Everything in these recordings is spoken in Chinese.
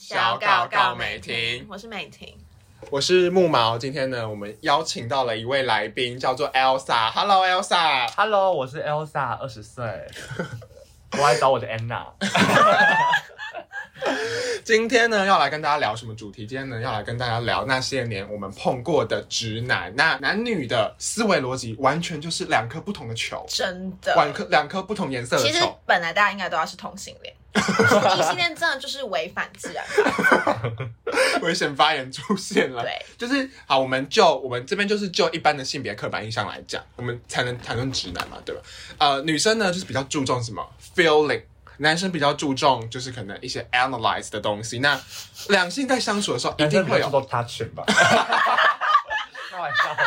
小稿告美婷， 我是美婷， 我是木毛。今天呢，我们邀请到了一位来宾，叫做 Elsa。Hello Elsa。Hello， 我是 Elsa， 20岁。我来找我的 Anna。 今天呢，要来跟大家聊什么主题？今天呢，要来跟大家聊那些年我们碰过的直男。那男女的思维逻辑完全就是两颗不同的球， 真的， 两颗不同颜色的球。 其实本来大家应该都要是同性恋，异性恋真的就是违反自然。 危险发言出现了。 对， 就是好，我们这边就是就一般的性别刻板印象来讲，我们才能谈论直男嘛，对吧？女生呢就是比较注重什么 feeling。男生比较注重就是可能一些 analyze 的东西，那两性在相处的时候一定会有都 touch 吧，开玩笑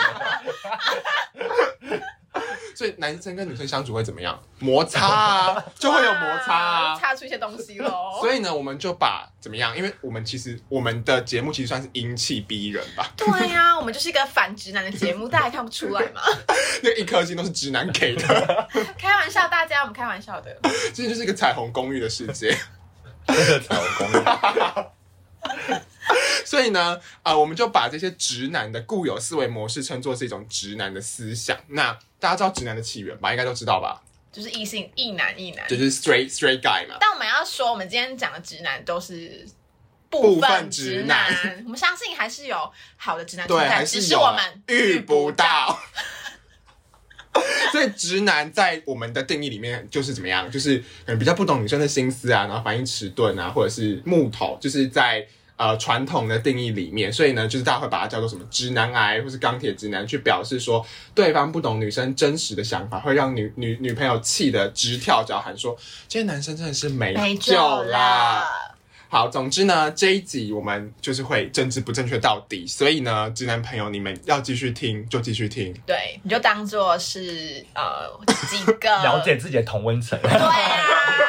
的。 所以男生跟女生相处会怎么样？摩擦啊，就会有摩擦啊， 擦出一些东西咯。 所以呢，我们就把怎么样？因为我们的节目其实算是阴气逼人吧。 对呀，我们就是一个反直男的节目，大家看不出来吗？ 那一颗星都是直男给的。 开玩笑，大家，我们开玩笑的。 这就是一个彩虹公寓的世界。 真的彩虹公寓。 所以呢，我们就把这些直男的固有思维模式称作是一种直男的思想。那大家知道直男的起源吧？应该都知道吧？ 就是异男， 就是 straight guy 嘛。 但我们要说，我们今天讲的直男都是部分直男，我们相信还是有好的直男存在，只是我们遇不到。 所以直男在我们的定义里面就是怎么样？就是可能比较不懂女生的心思啊，然后反应迟钝啊，或者是木头，就是在传统的定义里面，所以呢，就是大家会把它叫做什么直男癌，或是钢铁直男，去表示说对方不懂女生真实的想法，会让女朋友气得直跳脚喊说：“这些男生真的是没救啦！”好，总之呢，这一集我们就是会政治不正确到底，所以呢，直男朋友你们要继续听就继续听， 对，你就当做是几个了解自己的同温层。 对啊。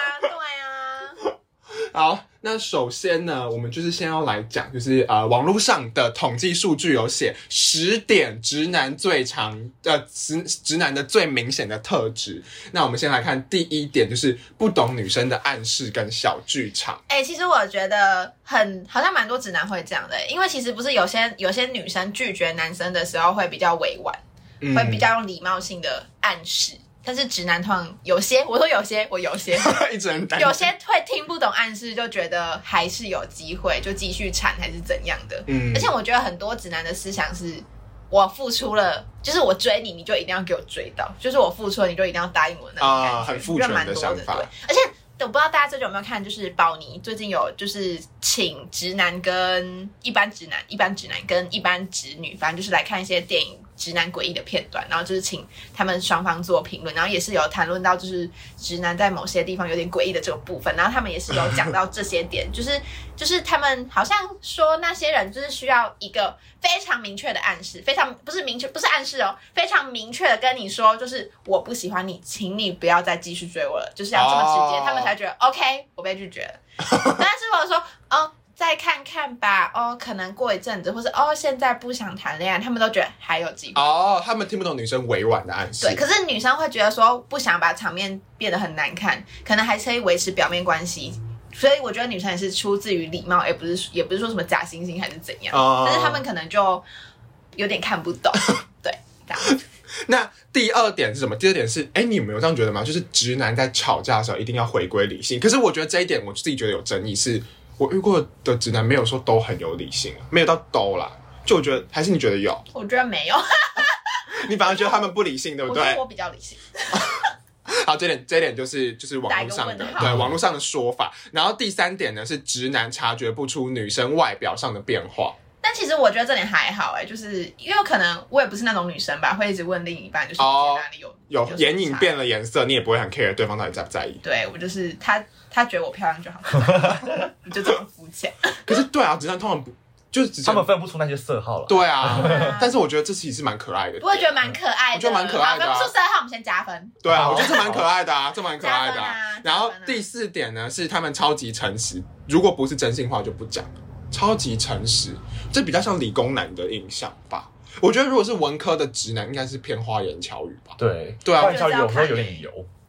好，那首先呢，我们就是先要来讲，就是网络上的统计数据有写10点直男直男的最明显的特质。那我们先来看第一点，就是不懂女生的暗示跟小剧场。 其实我觉得好像蛮多直男会这样的，因为其实不是有些女生拒绝男生的时候会比较委婉，会比较用礼貌性的暗示。但是直男通常有些一直很有些会听不懂暗示，就觉得还是有机会，就继续缠还是怎样的。而且我觉得很多直男的思想是，我付出了，就是我追你，你就一定要给我追到，就是我付出了，你就一定要答应我那种感觉， 很父权的想法。 对，而且我不知道大家最近有没有看，就是宝妮最近有就是请直男跟一般直男跟一般直女，反正就是来看一些电影。直男诡异的片段，然后就是请他们双方做评论，然后也是有谈论到就是直男在某些地方有点诡异的这个部分，然后他们也是有讲到这些点，就是他们好像说那些人就是需要一个非常明确的暗示，不是暗示哦，非常明确的跟你说，就是我不喜欢你，请你不要再继续追我了，就是要这么直接，他们才觉得 OK， 我被拒绝了。但是如果说再看看吧，可能过一阵子，或是现在不想谈恋爱，他们都觉得还有机会。 他们听不懂女生委婉的暗示。 对，可是女生会觉得说不想把场面变得很难看，可能还可以维持表面关系。所以我觉得女生也是出自于礼貌，也不是说什么假惺惺还是怎样。但是他们可能就有点看不懂。对，这样。 那第二点是什么？第二点是，你有没有这样觉得吗？就是直男在吵架的时候一定要回归理性。可是我觉得这一点我自己觉得有争议是。我遇过的直男没有说都很有理性，没有到都啦，就我觉得还是你觉得有？ 我觉得没有。 你反而觉得他们不理性，对不对？ 我觉得我比较理性。 好，这一点就是网络上的对网络上的说法。然后第三点呢是直男察觉不出女生外表上的变化。 但其实我觉得这点还好就是因为可能我也不是那种女生吧，会一直问另一半，就是哪里有眼影变了颜色，你也不会很 care 对方到底在不在意。 对，我就是他觉得我漂亮就好，你就这么肤浅。 可是对啊，直男通常不就是他们分不出那些色号了。 对啊，但是我觉得这其实是蛮可爱的。 我也觉得蛮可爱的， 我觉得蛮可爱的。 分不出色号，我们先加分。 对啊，我觉得这蛮可爱的啊，这蛮可爱的。然后第四点呢是他们超级诚实，如果不是真心话就不讲。超级诚实，这比较像理工男的印象吧。我觉得如果是文科的直男，应该是偏花言巧语吧。 对啊， 花言巧语有时候有点油。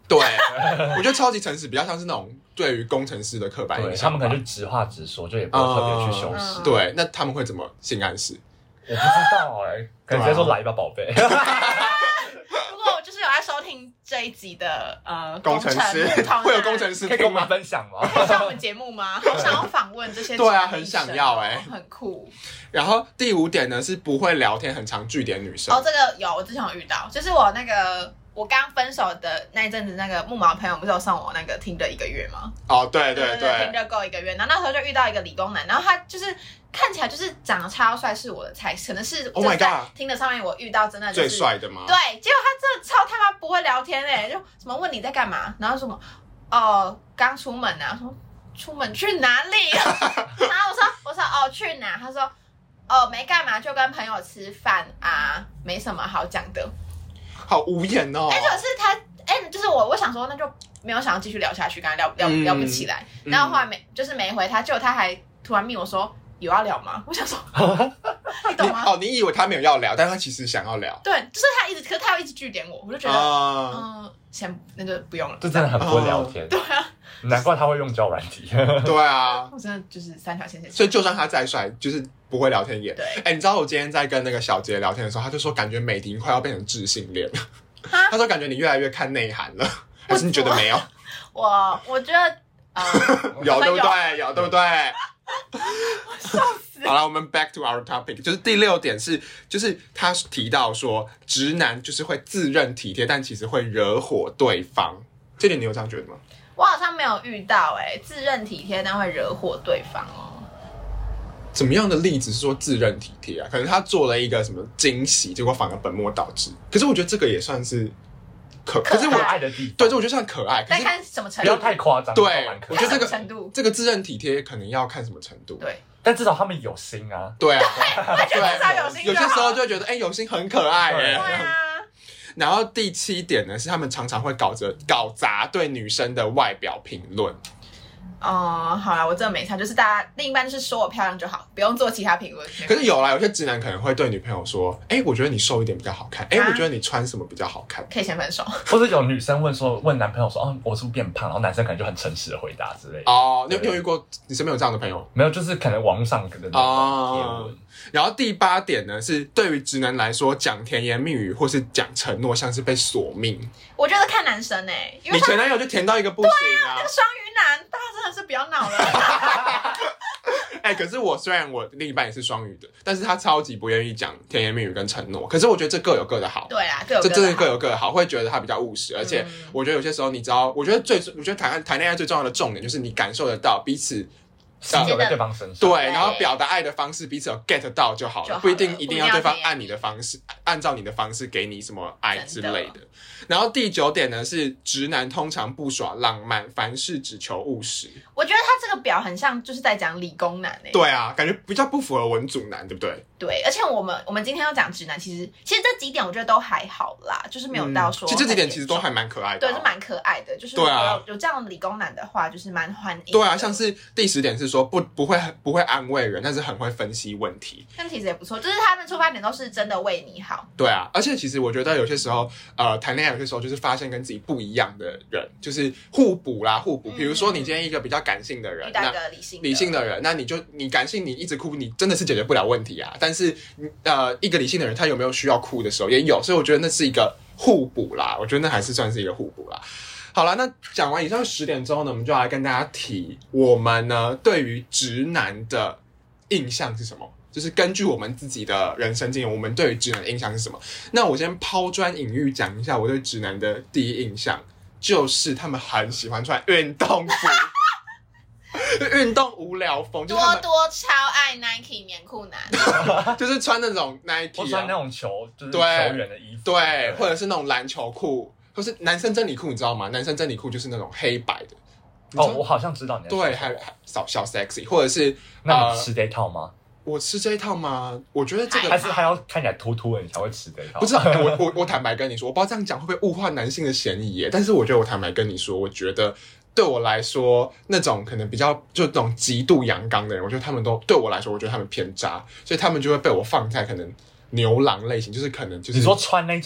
对，我觉得超级诚实比较像是那种对于工程师的刻板印象， 他们可能就直话直说，就也不会特别去修饰。 对，那他们会怎么性暗示？ 我不知道可能直接说来吧，宝贝。 如果我就是有在收听这一集的工程师，会有工程师可以跟我们分享吗？ 可以上我们节目吗？好想要访问这些， 对啊，很想要很酷。 然后第5点呢是不会聊天，很常句点女生。 这个有，我之前有遇到，就是我刚分手的那一阵子，那个木毛朋友不是有送我那个听的1个月吗？ 对， 听的够1个月，然后那时候就遇到一个理工男，然后他就是看起来就是长得超帅，是我的菜，可能是 Oh my god， 听的上面我遇到真的就是最帅的吗？ 对，结果他真的超他妈不会聊天就什么问你在干嘛，然后什么刚出门啊，说出门去哪里？然后我说去哪？他说没干嘛，就跟朋友吃饭啊，没什么好讲的。 好无言哦！ 就是他，就是我想说，那就没有想要继续聊下去，跟他聊不起来。然后后来没回他，结果他还突然密我说有要聊吗？我想说，你懂吗？ 你以为他没有要聊，但他其实想要聊。 对，就是可是他要一直句点我，我就觉得，先那就不用了。 这真的很不会聊天。 对啊， 难怪他会用交友软体。 对啊， 我真的就是3条线。 所以就算他再帅，就是不会聊天也。 对， 你知道我今天在跟那个小杰聊天的时候，他就说感觉美婷快要变成智性恋了。他说感觉你越来越看内涵了，还是你觉得没有？ 我觉得有对不对？有对不对？ 我笑死。 好了，我们 back to our topic， 就是第6点就是他提到说，直男就是会自认体贴，但其实会惹火对方。这点你有这样觉得吗？ 我好像没有遇到自认体贴但会惹火对方怎么样的例子是说自认体贴啊？可能他做了一个什么惊喜，结果反而本末倒置。可是我觉得这个也算是可是我爱的地方， 对，这我觉得算可爱。 但看什么程度， 不要太夸张。 对，我觉得这个自认体贴可能要看什么程度。 对， 但至少他们有心啊。 对啊， 我觉得至少有心就好。 有些时候就会觉得，有心很可爱对啊。 然后第7点呢，是他们常常会搞砸对女生的外表评论。 好啦，我真的没差，就是大家另一半就是说我漂亮就好，不用做其他评论。 可是有些直男可能会对女朋友说，我觉得你瘦一点比较好看，我觉得你穿什么比较好看， 可以先分手。 或者有女生问男朋友说，我是不是变胖？然后男生可能就很诚实的回答之类的。 你有遇过你身边有这样的朋友？ 没有，就是可能网络上的那种贴文。 然后第8点呢，是对于直男来说，讲甜言蜜语或是讲承诺，像是被索命。 我觉得看男生因为你前男友就甜到一个不行啊！ 那个双鱼男，大家真的是不要闹了。 可是虽然我另一半也是双鱼的，但是他超级不愿意讲甜言蜜语跟承诺。可是我觉得这各有各的好。 对啊，这真的各有各的好，会觉得他比较务实，而且我觉得有些时候你知道，我觉得谈恋爱最重要的重点就是你感受得到彼此。 心有在对方身上， 对，然后表达爱的方式彼此有 get 到就好了，不一定要对方按照你的方式给你什么爱之类的。然后第9点呢是直男通常不耍浪漫，凡事只求务实。 我觉得他这个表很像就是在讲理工男对啊，感觉比较不符合文组男，对不对？ 对，而且我们今天要讲直男，其实这几点我觉得都还好啦，就是没有到说。 其实这几点其实都还蛮可爱的。 对，是蛮可爱的，就是有这样的理工男的话，就是蛮欢迎。 对啊，像是第10点是说不会安慰人，但是很会分析问题。 但其实也不错，就是他们出发点都是真的为你好。 对啊，而且其实我觉得有些时候谈恋爱有些时候就是发现跟自己不一样的人，就是互补啦，互补。比如说你今天一个比较感性的人， 遇到一个理性的人， 那你感性你一直哭，你真的是解决不了问题啊。但是一个理性的人，他有没有需要哭的时候也有，所以我觉得那是一个互补啦。我觉得那还是算是一个互补啦。好了，那讲完以上10点之后呢，我们就来跟大家提我们呢对于直男的印象是什么。就是根据我们自己的人生经验，我们对于直男的印象是什么？那我先抛砖引玉讲一下我对直男的第一印象，就是他们很喜欢穿运动服，运动无聊风，就是他们多超爱 Nike 棉裤男， 就是穿那种 Nike， 或穿那种就是球员的衣服， 对，或者是那种篮球裤，或是男生真理裤，你知道吗？男生真理裤就是那种黑白的。 我好像知道你在说什么。 对，还小 sexy， 或者是那你吃这一套吗？ 我吃这一套吗？我觉得这个还是还要看起来突突的，你才会吃这一套。 不是，我坦白跟你说，我不知道这样讲会不会物化男性的嫌疑耶。但是我觉得我坦白跟你说，我觉得对我来说，那种可能比较就那种极度阳刚的人，我觉得他们都对我来说，我觉得他们偏渣，所以他们就会被我放在可能牛郎类型，就是可能就是你说穿那种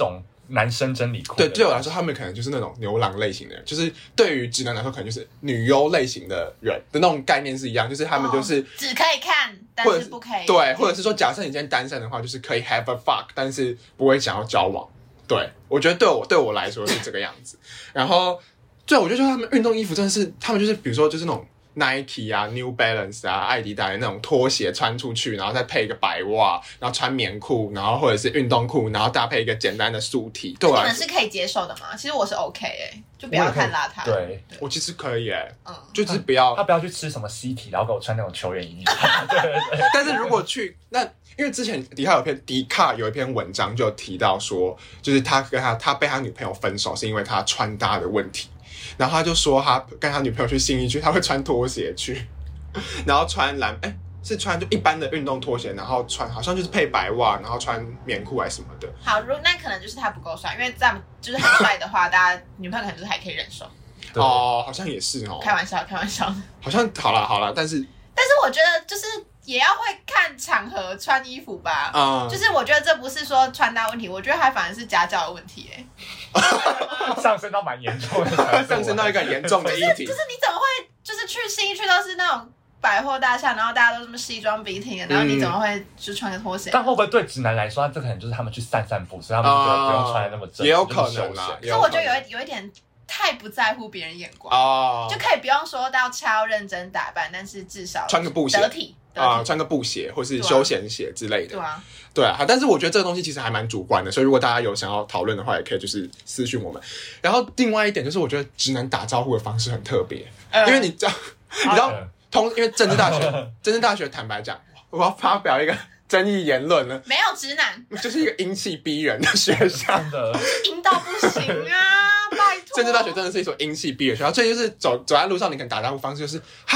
男生真理裤。 对，对我来说，他们可能就是那种牛郎类型的人，就是对于直男来说，可能就是女优类型的人的那种概念是一样，就是他们就是只可以看，但是不可以对，或者是说，假设你今天单身的话，就是可以 have a fuck， 但是不会想要交往。对，我觉得对我来说是这个样子。然后，对，我觉得他们运动衣服真的是，他们就是比如说就是那种 Nike 啊、New Balance 啊、艾迪达的那种拖鞋穿出去，然后再配一个白袜，然后穿棉裤，然后或者是运动裤，然后搭配一个简单的素 T。对我来说， 你们是可以接受的吗？其实我是 OK 就不要看邋遢。 对， 我其实可以就是不要他不要去吃什么 CT， 然后给我穿那种球员衣。对。 但是如果去那，因为之前迪卡有一篇文章就有提到说，就是他被他女朋友分手是因为他穿搭的问题，然后他就说他跟他女朋友去信义区，他会穿拖鞋去，然后穿是穿就一般的运动拖鞋，然后穿好像就是配白袜，然后穿棉裤还是什么的。 好，那可能就是他不够帅，因为这样就是很帅的话，大家女朋友可能就是还可以忍受。 哦，好像也是哦。 开玩笑。 好像好了，但是我觉得就是也要会看场合穿衣服吧。就是我觉得这不是说穿搭问题，我觉得还反而是家教的问题上升到蛮严重的， 上升到一个很严重的议题。 就是你怎么会就是去新一区都是那种百货大厦，然后大家都这么西装笔挺的，然后你怎么会就穿个拖鞋？ 但会不会对直男来说，这可能就是他们去散步，所以他们就不用穿的那么正， 也有可能啦。 可是我觉得有一点太不在乎别人眼光就可以不用说到超认真打扮，但是至少穿个布鞋得体穿个布鞋或是休闲鞋之类的。 对啊， 但是我觉得这个东西其实还蛮主观的，所以如果大家有想要讨论的话，也可以就是私讯我们。然后另外一点就是，我觉得直男打招呼的方式很特别，因为你知道，因为政治大学坦白讲，我要发表一个争议言论了， 没有直男， 就是一个英气逼人的学校， 真的阴到不行啊！拜托， 政治大学真的是一所英气逼人的学校，所以就是走在路上，你可能打招呼方式就是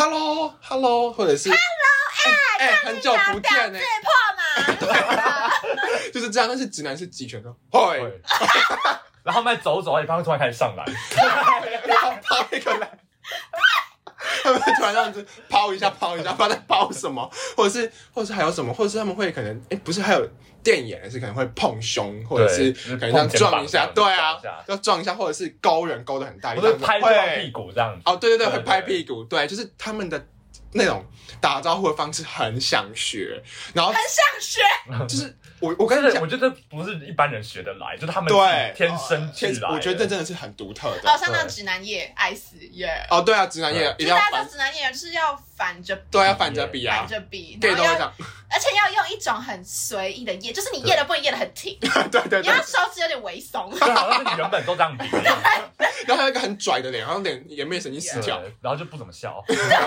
hello， 或者是 hello， 很久不见最破嘛， 就是这样。但是直男是集权的，会， 然后走一半会突然开始上来， 然后抛一个来。他们会突然这样子抛一下，不知道在抛什么，或者是还有什么，或者是他们会可能不是还有电眼是可能会碰胸，或者是可能这样撞一下，对啊，要撞一下，或者是勾人勾得很大力， 或者拍对屁股这样子。 哦，对，会拍屁股，对，就是他们的那种打招呼的方式很想学，然后很想学， 就是我跟你讲， 我觉得不是一般人学得来，就是他们天生俱来。 我觉得这真的是很独特的。 像那直男夜爱死夜。 哦，对啊，直男夜一定要大家说直男夜就是要反着， 对，要反着比啊， 反着比， 对，都会这样， 而且要用一种很随意的夜，就是你夜的不能夜的很挺， 对， 你要手指有点微松， 对，好像你原本都这样比， 然后还有一个很拽的脸，好像颜面神经失调， 然后就不怎么笑。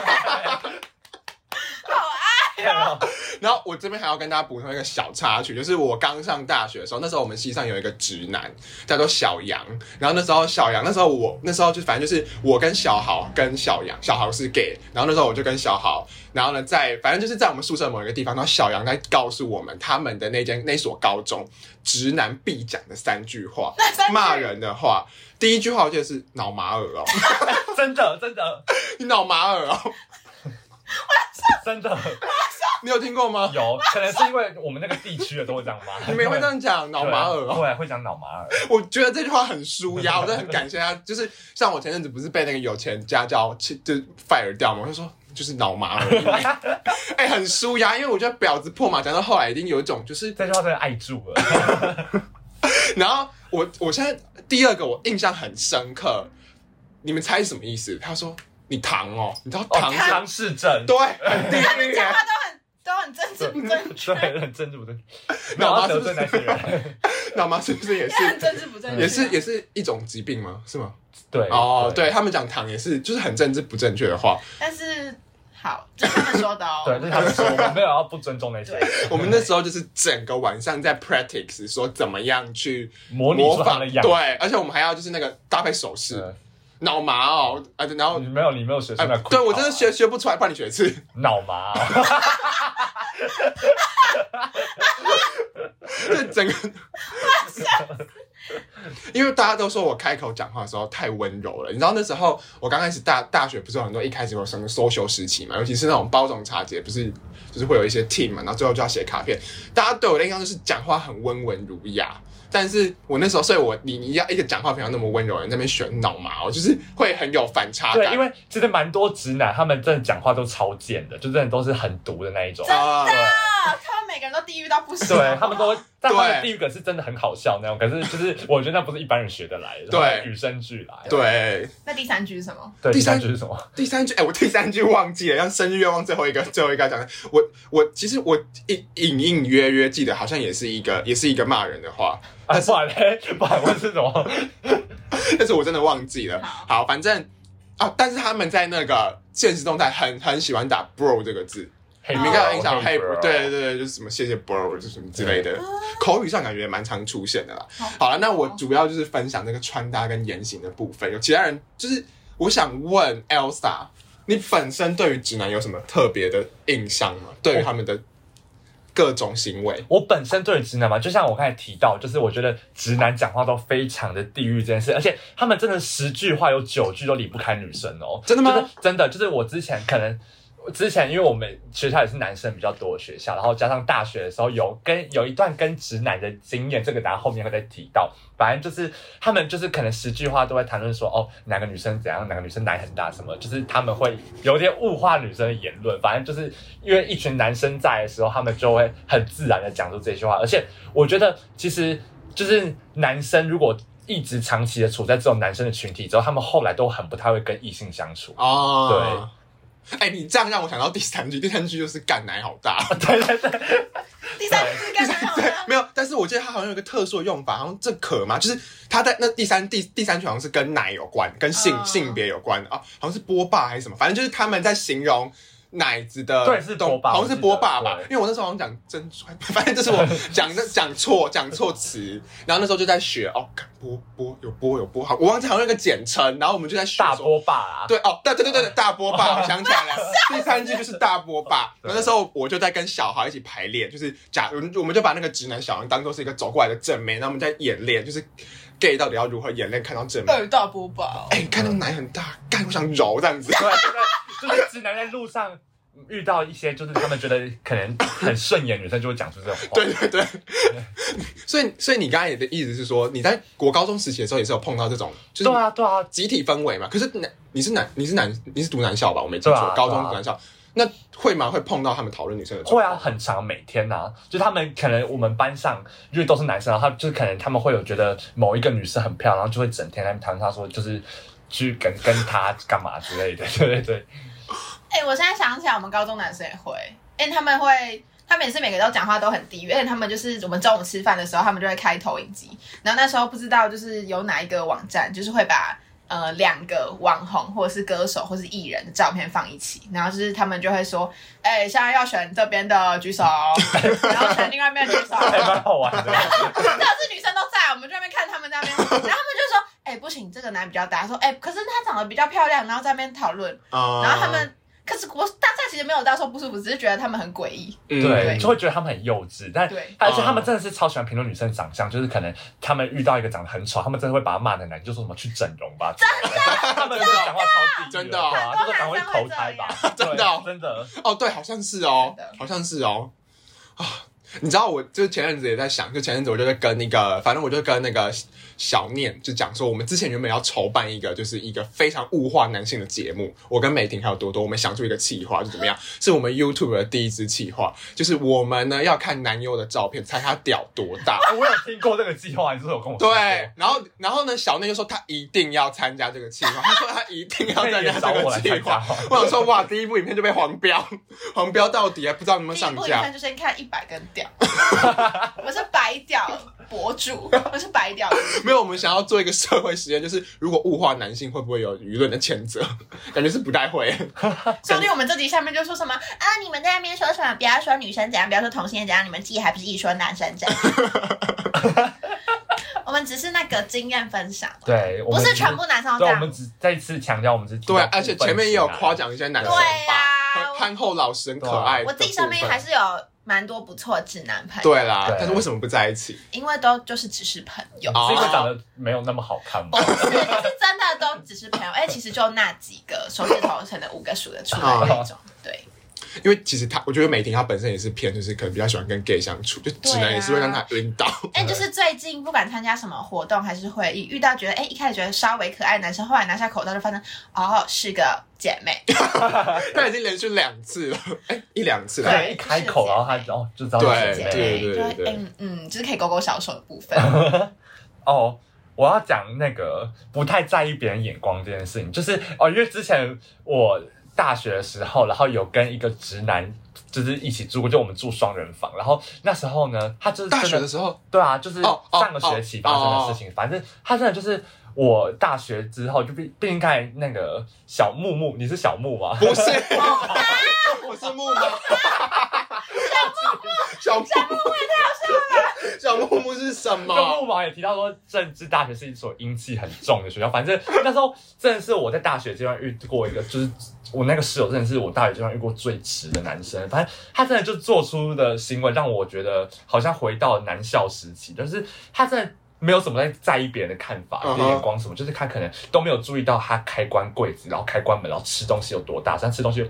好爱哦！ 然后我这边还要跟大家补充一个小插曲，就是我刚上大学的时候，那时候我们系上有一个直男叫做小杨，然后那时候就反正就是我跟小豪跟小杨，小豪是 gay， 然后那时候我就跟小豪，然后呢反正就是在我们宿舍某一个地方，然后小杨在告诉我们他们的那所高中直男必讲的3句话，骂人的话。第一句话我记得是脑麻耳哦， 真的， 你脑麻耳哦。 真的， 你有听过吗？ 有，可能是因为我们那个地区的都会这样骂。 你们也会这样讲脑麻耳哦？ 对，会讲脑麻耳。 我觉得这句话很舒压，我真的很感谢他。就是像我前阵子不是被那个有钱家教就 fire 掉嘛，我就说就是脑麻耳，很舒压，因为我觉得婊子破马讲到后来已经有一种就是这句话真的爱住了。 然后我现在第二个我印象很深刻，你们猜是什么意思？他说。你唐哦，你知道唐氏症， 对，很地狱， 他们讲话都很政治不正确， 对，很政治不正确。 脑麻得罪那些人， 脑麻是不是也是很政治不正确？ 也是一种疾病吗？是吗？ 对， 对他们讲唐也是，就是很政治不正确的话。 但是好，这是他们说的哦。 对，这是他们说，我们没有要不尊重那些人。 我们那时候就是整个晚上在 practice 说怎么样去模仿的样子， 对，而且我们还要就是那个搭配手势。脑麻哦，然后你没有学出来， 对我真的学不出来，帮你学一次。 脑麻， 这整个， 因为大家都说我开口讲话的时候太温柔了。你知道那时候我刚开始大学不是有很多一开始有什么 social 时期嘛，尤其是那种包种茶节，不是就是会有一些 team 嘛，然后最后就要写卡片。大家对我的印象就是讲话很温文儒雅。但是我那时候，所以你要一个讲话平常那么温柔的人在那边选脑嘛，我就是会很有反差感。 对，因为其实蛮多直男，他们真的讲话都超贱的，就真的都是很毒的那一种。 真的，他们每个人都地狱到不行。 对，他们都，但他们的地狱梗是真的很好笑那种。可是就是我觉得那不是一般人学得来的， 对， 与生俱来。 对。 那第3句是什么？ 对，第三句是什么？ 第3句，我第3句忘记了，像生日愿望最后一个讲的。其实我隐约记得，好像也是一个骂人的话。 不然会是什么？ 但是我真的忘记了。好，反正但是他们在那个现实动态很喜欢打 bro 这个字，你们应该有印象。嘿 bro， 对，就是什么谢谢 bro， 就是什么之类的，口语上感觉也蛮常出现的啦。好了，那我主要就是分享这个穿搭跟言行的部分。有其他人就是我想问 Elsa， 你本身对于直男有什么特别的印象吗？对于他们的各种行为， 我本身对于直男嘛，就像我刚才提到，就是我觉得直男讲话都非常的地狱这件事，而且他们真的10句话有9句都离不开女生哦。 真的吗？ 就是真的，就是我之前因为我们学校也是男生比较多的学校，然后加上大学的时候有一段跟直男的经验，这个等下后面会再提到。反正就是他们就是可能10句话都会谈论说哪个女生怎样，哪个女生奶很大什么，就是他们会有点物化女生的言论。反正就是因为一群男生在的时候，他们就会很自然的讲出这些话。而且我觉得其实就是男生如果一直长期的处在这种男生的群体之后，他们后来都很不太会跟异性相处。对。 你这样让我想到第3句，第3句就是干奶好大。 对。 第3句是干奶好大。 没有，但是我记得他好像有一个特殊的用法，好像这可吗？就是他在那第三句好像是跟奶有关，跟性别有关好像是波霸还是什么，反正就是他们在形容奶子的， 对，是波霸， 好像是波霸吧？因为我那时候好像讲珍珠，反正这是我讲错词，然后那时候就在学有波，好，我忘记好像有一个简称，然后我们就在学大波霸啦。 对大波霸，我想起来了，第3句就是大波霸。然后那时候我就在跟小孩一起排练，就是我们就把那个直男小孩当做是一个走过来的正妹，然后我们在演练，就是 gay 到底要如何演练看到正妹。 大波霸， 看那个奶很大，干我想揉这样子。 对，就是直男在路上遇到一些就是他们觉得可能很顺眼女生，就会讲出这种话。 对。所以你刚才的意思是说，你在国高中时期的时候也是有碰到这种，就是对啊， 集体氛围嘛。可是你是读男校吧？我没记错，高中读男校。那会吗？会碰到他们讨论女生的状况？ 会啊，很常每天啊，就是他们可能我们班上因为都是男生，然后就是可能他们会有觉得某一个女生很漂亮，然后就会整天在谈她说就是去跟她干嘛之类的，对。 我现在想起来，我们高中男生也会，他们也是每个都讲话都很地狱，而且他们就是我们中午吃饭的时候，他们就会开投影机，然后那时候不知道就是有哪一个网站，就是会把2个网红或者是歌手或是艺人的照片放一起，然后就是他们就会说，现在要选这边的举手，然后选另外一边的举手， 蛮好玩的。 然后可是女生都在，我们就在那边看他们在那边，然后他们就说，不行，这个男比较大，说，可是他长得比较漂亮，然后在那边讨论，然后他们。可是大家其实没有到说不舒服，只是觉得他们很诡异， 对，就会觉得他们很幼稚，但而且他们真的是超喜欢评论女生长相，就是可能他们遇到一个长得很丑，他们真的会把他骂的难，就说什么去整容吧，真的，他们真的讲话超地狱， 真的， 就说赶快投胎吧，真的， 对，好像是你知道我就是前阵子也在想，就前阵子我就在跟那个小念就讲说，我们之前原本要筹办一个就是一个非常物化男性的节目，我跟美婷还有多多，我们想出一个企划，就怎么样？是我们 YouTube 的第一支企划，就是我们呢要看男优的照片，猜他屌多大。 我有听过这个计划，你是有跟我说。 对，然后呢，小念就说他一定要参加这个企划，他说他一定要参加这个企划。我想说，哇，第一部影片就被黄标到底，还不知道能不能上架。 第一部影片就先看100根屌，我是白屌博主，我是白屌。 没有，我们想要做一个社会实验，就是如果物化男性，会不会有舆论的谴责？感觉是不太会。 说不定我们这集下面就说什么你们在那边说什么？不要说女生怎样，不要说同性恋怎样，你们自己还不是一说男生怎样？我们只是那个经验分享， 对， 不是全部男生都这样。 我们只再次强调，我们是对，而且前面也有夸奖一些男生吧，憨厚老实、很可爱。 我自己上面还是有蛮多不错的直男朋友。 对啦， 对但是为什么不在一起？ 因为都就是只是朋友， 哦是因为长得没有那么好看吗不？是真的都只是朋友。其实就那几个手指头可能5个数得出来那种。对， 因为其实我觉得美婷她本身也是偏，就是可能比较喜欢跟 gay 相处，就直男也是会让她晕倒。 就是最近不管参加什么活动还是会议，遇到觉得一开始觉得稍微可爱的男生，后来拿下口罩就发现是个姐妹。 她已经连续2次了，1-2次了。 对，一开口然后他就知道是姐妹。 对，就是可以勾勾小手的部分。 哦，我要讲那个不太在意别人眼光这件事情，就是因为之前我大学的时候，然后有跟一个直男就是一起住过，就我们住双人房，然后那时候呢，他就是大学的时候， 对啊，就是上个学期发生的事情，反正他真的就是我大学之后就毕竟刚才那个小木木，你是小木吗？ 不是，我是木吗？小木也太好笑了吧。 小木木是什么？ 跟木毛也提到说，政治大学是一所阴气很重的学校。反正那时候真的是我在大学阶段遇过一个，就是我那个室友真的是我大学阶段遇过最直的男生。反正他真的就做出的行为让我觉得好像回到男校时期，就是他真的没有什么在意别人的看法、眼光什么，就是他可能都没有注意到他开关柜子，然后开关门，然后吃东西有多大，他吃东西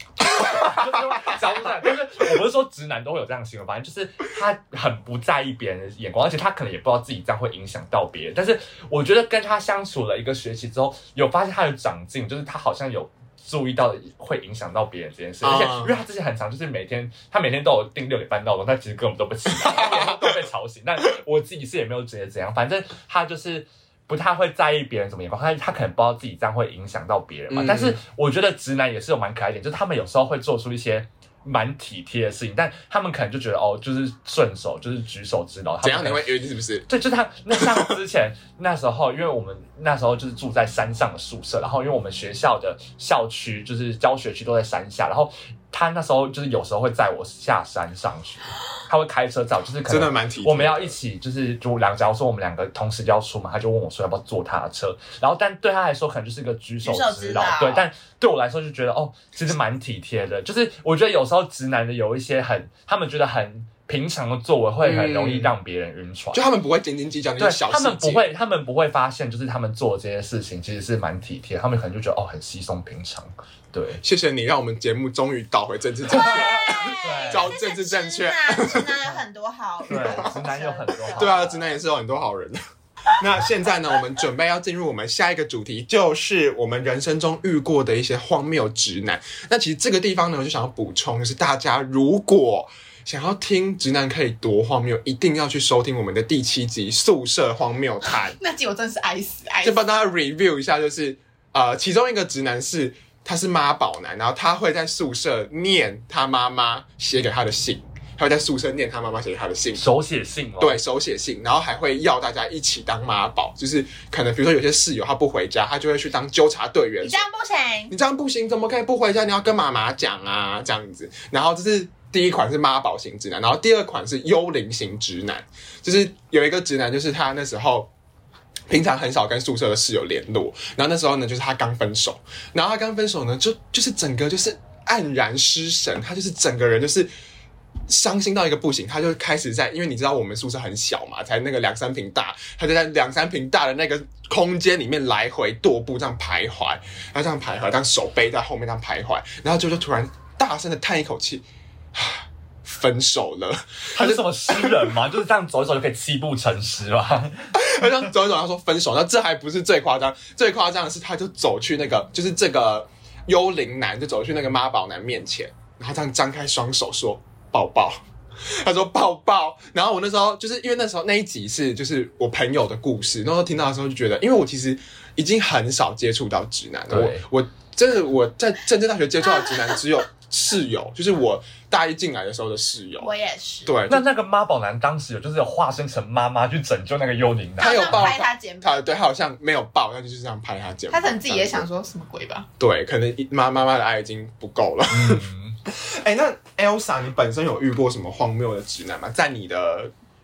就是我不是说直男都会有这样的行为，反正就是他很不在意别人的眼光，而且他可能也不知道自己这样会影响到别人。但是我觉得跟他相处了1个学期之后，有发现他有长进，就是他好像有注意到会影响到别人这件事，而且因为他之前很长，就是他每天都有定6点半闹钟，但其实根本都不起来，每天都被吵醒。但我自己是也没有觉得怎样，反正他就是不太会在意别人怎么眼光，他可能不知道自己这样会影响到别人嘛。但是我觉得直男也是有蛮可爱一点，就是他们有时候会做出一些蛮体贴的事情，但他们可能就觉得就是顺手，就是举手之劳。 怎样你会晕是不是？ 对，就是他那像之前那时候，因为我们那时候就是住在山上的宿舍，然后因为我们学校的校区就是教学区都在山下，然后他那时候就是有时候会载我下山上学，他会开车载我，就是可能真的蛮体贴的。 我们要一起就是假如说我们2个同时就要出门，他就问我说要不要坐他的车，然后但对他来说可能就是一个举手之劳，对，但对我来说就觉得其实蛮体贴的。就是我觉得有时候直男的有一些他们觉得很平常的作为会很容易让别人晕船， 就他们不会斤斤计较那些小细节， 他们不会发现，就是他们做这些事情其实是蛮体贴，他们可能就觉得很稀松平常。对， 谢谢你让我们节目终于导回政治正确，找政治正确。 直男有很多好人， 对，直男有很多好人， 对啊，直男也是有很多好人。那现在呢，我们准备要进入我们下一个主题，就是我们人生中遇过的一些荒谬直男。那其实这个地方呢，我就想要补充，就是大家如果想要听直男可以多荒谬，一定要去收听我们的第7集《宿舍荒谬谈》。 那集我真的是爱死。 就帮大家 review 一下，就是其中一个直男他是妈宝男，然后他会在宿舍念他妈妈写给他的信，他会在宿舍念他妈妈写给他的信， 手写信哦， 对，手写信，然后还会要大家一起当妈宝，就是可能比如说有些室友他不回家，他就会去当纠察队员。 你这样不行， 你这样不行，怎么可以不回家？你要跟妈妈讲啊，这样子。然后这是第一款是妈宝型直男，然后第二款是幽灵型直男，就是有一个直男，就是他那时候平常很少跟宿舍的室友联络，然后那时候呢，就是他刚分手，然后他刚分手呢，就是整个就是黯然失神，他就是整个人就是伤心到一个不行，他就开始因为你知道我们宿舍很小嘛，才那个2-3坪大，他就在2-3坪大的那个空间里面来回踱步这样徘徊，然后这样徘徊，当手背在后面这样徘徊，然后就突然大声的叹一口气。分手了， 他是什么诗人吗？就是这样走一走就可以7步成诗吗？ 他这样走一走，他说分手，那这还不是最夸张，最夸张的是他就走去那个，就是这个幽灵男就走去那个妈宝男面前，然后这样张开双手说抱抱。他说抱抱，然后我那时候就是因为那时候那一集是就是我朋友的故事，那时候听到的时候就觉得，因为我其实已经很少接触到直男了，我真的我在政治大学接触到直男只有室友，就是我大一进来的时候的室友， 我也是。 对，那个妈宝男当时有化身成妈妈去拯救那个幽灵男， 他有拍他肩膀， 对，他好像没有抱，但就是这样拍他肩膀。 他可能自己也想说什么鬼吧？ 对，可能妈妈的爱已经不够了。那 Elsa， 你本身有遇过什么荒谬的直男吗？在你的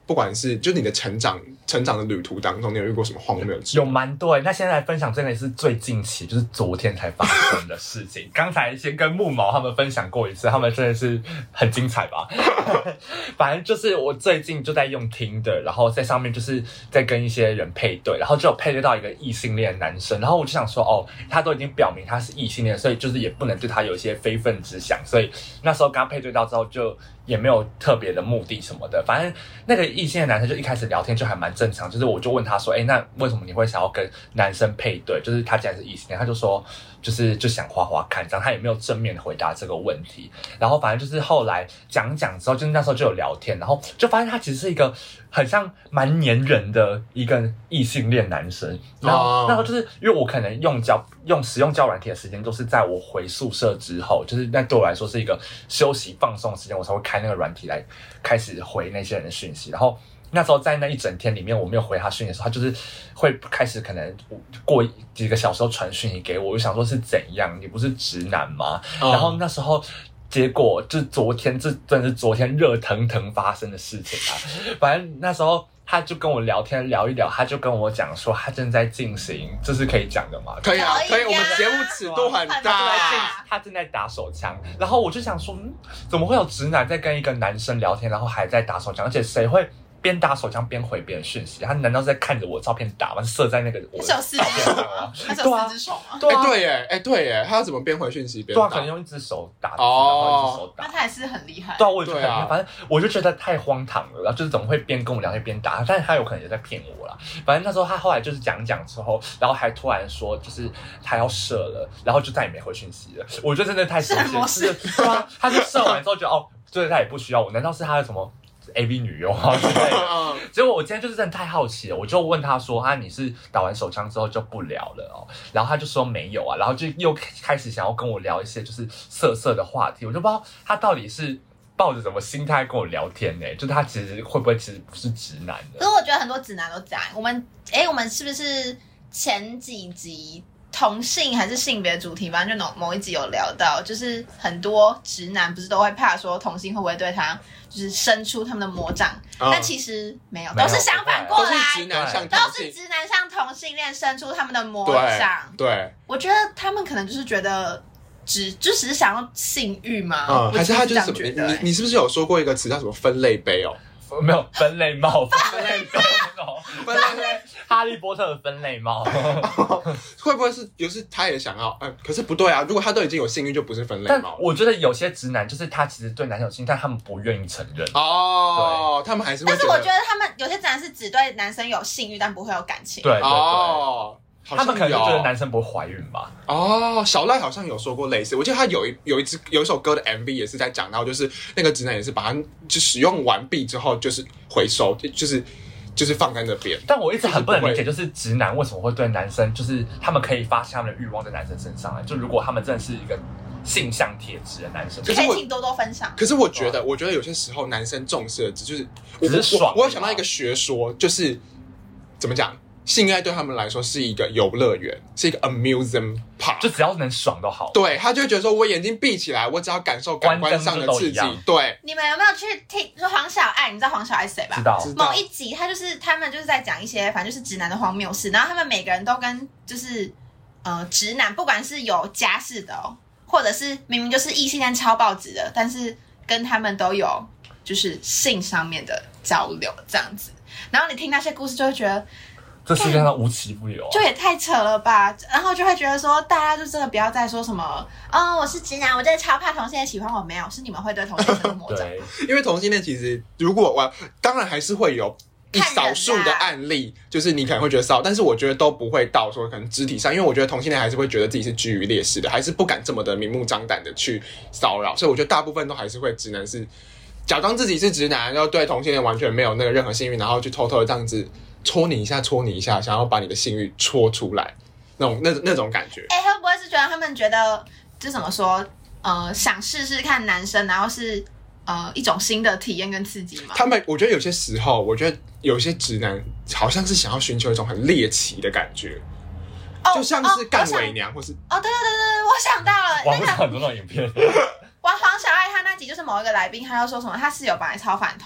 不管是就是你的成长的旅途当中，你有遇过什么荒谬的事？ 有蛮多那现在来分享真的是最近期，就是昨天才发生的事情。刚才先跟木毛他们分享过一次，他们真的是很精彩吧？反正就是我最近就在用Tinder，然后在上面就是在跟一些人配对，然后就有配对到一个异性恋男生，然后我就想说，哦，他都已经表明他是异性恋，所以就是也不能对他有一些非分之想，所以那时候跟他配对到之后就也没有特别的目的什么的，反正那个异性的男生就一开始聊天就还蛮正常，就是我就问他说，那为什么你会想要跟男生配对？就是他既然是异性恋，他就说就想花花看，这样他也没有正面的回答这个问题。然后反正就是后来讲之后，就是那时候就有聊天，然后就发现他其实是一个很像蛮黏人的一个异性恋男生。然后那时候就是因为我可能使用交友软体的时间都是在我回宿舍之后，就是那对我来说是一个休息放松的时间，我才会开那个软体来开始回那些人的讯息。然后那时候在那一整天里面，我没有回他讯息的时候，他就是会开始可能过几个小时后传讯息给我，我就想说是怎样，你不是直男吗？然后那时候结果就昨天，这真的是昨天热腾腾发生的事情啊！反正那时候他就跟我聊天聊一聊，他就跟我讲说他正在进行，这是可以讲的吗？ 可以啊，可以，我们节目尺度很大。 他正在打手枪，然后我就想说，怎么会有直男在跟一个男生聊天，然后还在打手枪？而且谁会边打手枪边回别人讯息？他难道是在看着我的照片打吗？射在那个我的照片上吗？ 他是有4只手吗？ 对耶，他要怎么边回讯息边打？对啊，可能用一只手打，然后一只手打。 那他也是很厉害。 对啊，我也觉得很厉害。反正我就觉得太荒唐了，然后就是怎么会边跟我聊天边打？但是他有可能也在骗我啦。反正那时候他后来就是讲之后，然后还突然说就是他要射了，然后就再也没回讯息了。我觉得真的太神奇了。是啊，他就射完之后觉得就是他也不需要我，难道是他的什么？AV 女优之类的，结果我今天就是真的太好奇了，我就问他说：“你是打完手枪之后就不聊了哦？”然后他就说没有啊，然后就又开始想要跟我聊一些就是色的话题，我就不知道他到底是抱着什么心态跟我聊天呢？就是他其实会不会其实不是直男的？ 可是我觉得很多直男都这样。我们是不是前几集？同性还是性别主题，反正就某一集有聊到，就是很多直男不是都会怕说同性会不会对他就是伸出他们的魔掌，但其实没有，都是相反过来， 都是直男向同性恋伸出他们的魔掌。 对， 我觉得他们可能就是觉得就只是想要性欲嘛， 还是他就是什么？你是不是有说过一个词叫什么分类杯哦？ 没有分类帽，分类杯分类哈利波特的分类帽， 会不会是就是他也想要？可是不对啊！如果他都已经有性欲，就不是分类帽。 我觉得有些直男就是他其实对男生有性，但他们不愿意承认。 对，他们还是会。 但是我觉得他们有些直男是只对男生有性欲，但不会有感情。 对。他们可能就觉得男生不会怀孕吧？ 小赖好像有说过类似，我记得他有一首歌的 MV 也是在讲到，就是那个直男也是把它就使用完毕之后，就是回收，就是放在那边。 但我一直很不能理解，就是直男为什么会对男生，就是他们可以发泄他们的欲望在男生身上就如果他们真的是一个性向铁质的男生， 可以请多多分享。 可是我觉得有些时候男生重视的只是爽。 我有想到一个学说，就是怎么讲？性爱对他们来说是一个游乐园，是一个 amusement park， 就只要能爽都好。 对，他就会觉得说，我眼睛闭起来，我只要感受感官上的刺激。对， 你们有没有去听说黄小爱？你知道黄小爱是谁吧？ 知道。 某一集他们就是在讲一些反正就是直男的荒谬事，然后他们每个人都跟就是直男，不管是有家室的或者是明明就是异性恋超爆直的，但是跟他们都有就是性上面的交流这样子。然后你听那些故事，就会觉得。 这世界上无奇不有就也太扯了吧！然后就会觉得说，大家就真的不要再说什么我是直男，我真的超怕同性恋喜欢我，没有，是你们会对同性恋的魔掌。 因为同性恋其实，如果当然还是会有少数的案例，就是你可能会觉得骚，但是我觉得都不会到说可能肢体上，因为我觉得同性恋还是会觉得自己是居于劣势的，还是不敢这么的明目张胆的去骚扰，所以我觉得大部分都还是会直男是假装自己是直男，然后对同性恋完全没有那个任何性欲，然后去偷偷的这样子。戳你一下，想要把你的性欲戳出来，那种感觉。 会不会是觉得他们觉得这怎么说？想试试看男生，然后是一种新的体验跟刺激吗？ 我觉得有些时候，我觉得有些直男好像是想要寻求一种很猎奇的感觉，就像是干伪娘，或是对，我想到了， 网络上很多那种影片。 黄小爱他那集就是某一个来宾，他要说什么，他室友本来超反同。